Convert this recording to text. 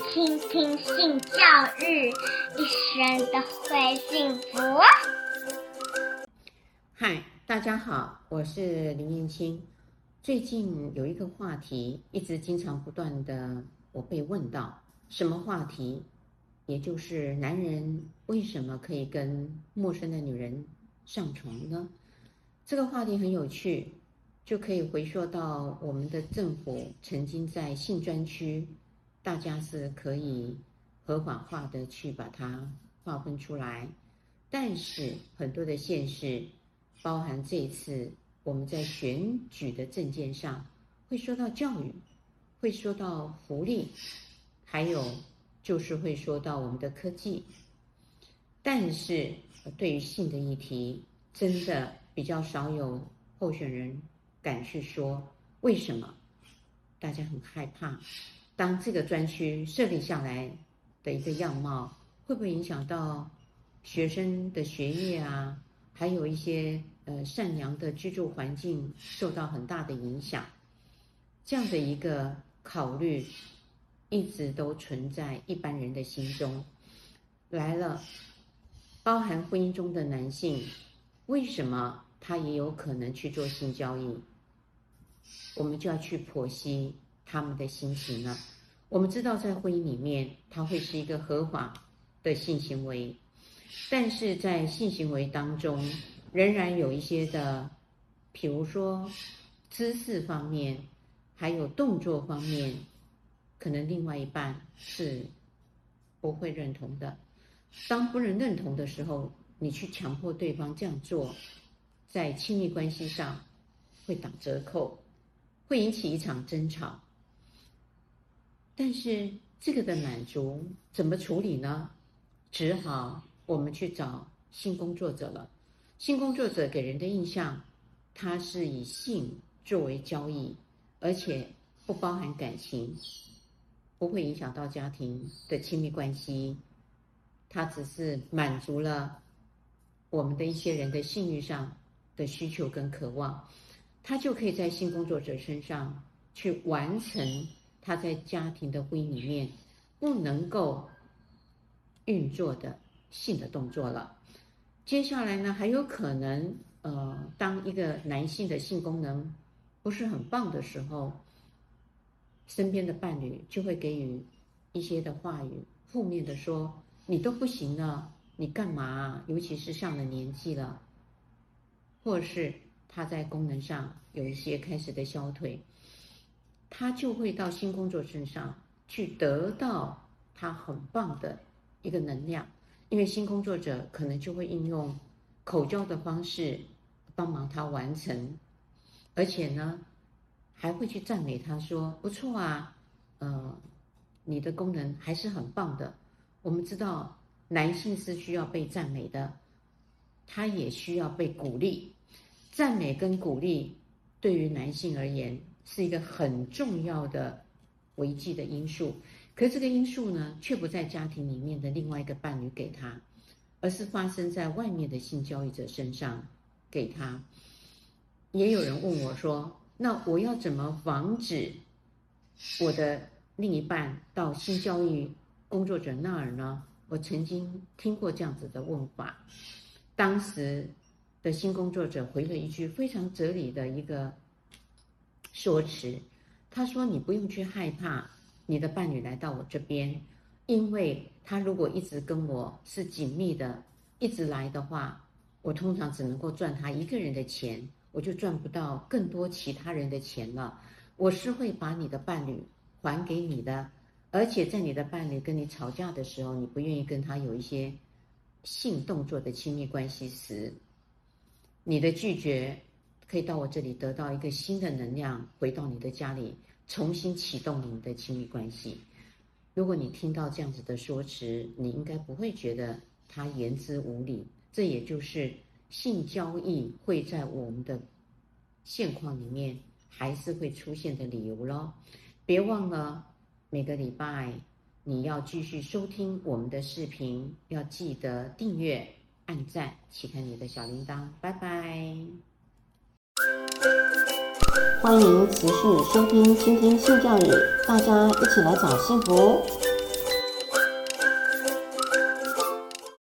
倾听性教育，一生都会幸福。 嗨，大家好，我是林燕青。最近有一个话题一直经常不断的我被问到，什么话题？也就是男人为什么可以跟陌生的女人上床呢？这个话题很有趣，就可以回溯到我们的政府曾经在性专区，大家是可以合法化的去把它划分出来，但是很多的县市，包含这一次我们在选举的政见上，会说到教育，会说到福利，还有就是会说到我们的科技，但是对于性的议题，真的比较少有候选人敢去说。为什么？大家很害怕，当这个专区设立下来的一个样貌，会不会影响到学生的学业啊？还有一些善良的居住环境受到很大的影响。这样的一个考虑，一直都存在一般人的心中。来了，包含婚姻中的男性，为什么他也有可能去做性交易？我们就要去剖析他们的心情了。我们知道，在婚姻里面，它会是一个合法的性行为，但是在性行为当中，仍然有一些的，比如说姿势方面，还有动作方面，可能另外一半是不会认同的。当不能认同的时候，你去强迫对方这样做，在亲密关系上会打折扣，会引起一场争吵。但是这个的满足怎么处理呢？只好我们去找性工作者了。性工作者给人的印象，他是以性作为交易，而且不包含感情，不会影响到家庭的亲密关系，他只是满足了我们的一些人的性欲上的需求跟渴望，他就可以在性工作者身上去完成他在家庭的婚姻里面不能够运作的性的动作了。接下来呢，还有可能当一个男性的性功能不是很棒的时候，身边的伴侣就会给予一些的话语，负面的说你都不行了，你干嘛啊？尤其是上了年纪了，或是他在功能上有一些开始的消退，他就会到性工作身上去得到他很棒的一个能量，因为性工作者可能就会应用口交的方式帮忙他完成，而且呢还会去赞美他说不错啊，你的功能还是很棒的。我们知道男性是需要被赞美的，他也需要被鼓励。赞美跟鼓励对于男性而言是一个很重要的维系的因素，可是这个因素呢，却不在家庭里面的另外一个伴侣给他，而是发生在外面的性交易者身上给他。也有人问我说，那我要怎么防止我的另一半到性交易工作者那儿呢？我曾经听过这样子的问法，当时的性工作者回了一句非常哲理的一个说辞，他说你不用去害怕你的伴侣来到我这边，因为他如果一直跟我是紧密的一直来的话，我通常只能够赚他一个人的钱，我就赚不到更多其他人的钱了。我是会把你的伴侣还给你的，而且在你的伴侣跟你吵架的时候，你不愿意跟他有一些性动作的亲密关系时，你的拒绝可以到我这里得到一个新的能量，回到你的家里，重新启动你们的亲密关系。如果你听到这样子的说辞，你应该不会觉得他言之无理。这也就是性交易会在我们的现况里面还是会出现的理由咯。别忘了每个礼拜你要继续收听我们的视频，要记得订阅、按赞、启开你的小铃铛。拜拜。欢迎持续收听倾听性教育，大家一起来找幸福。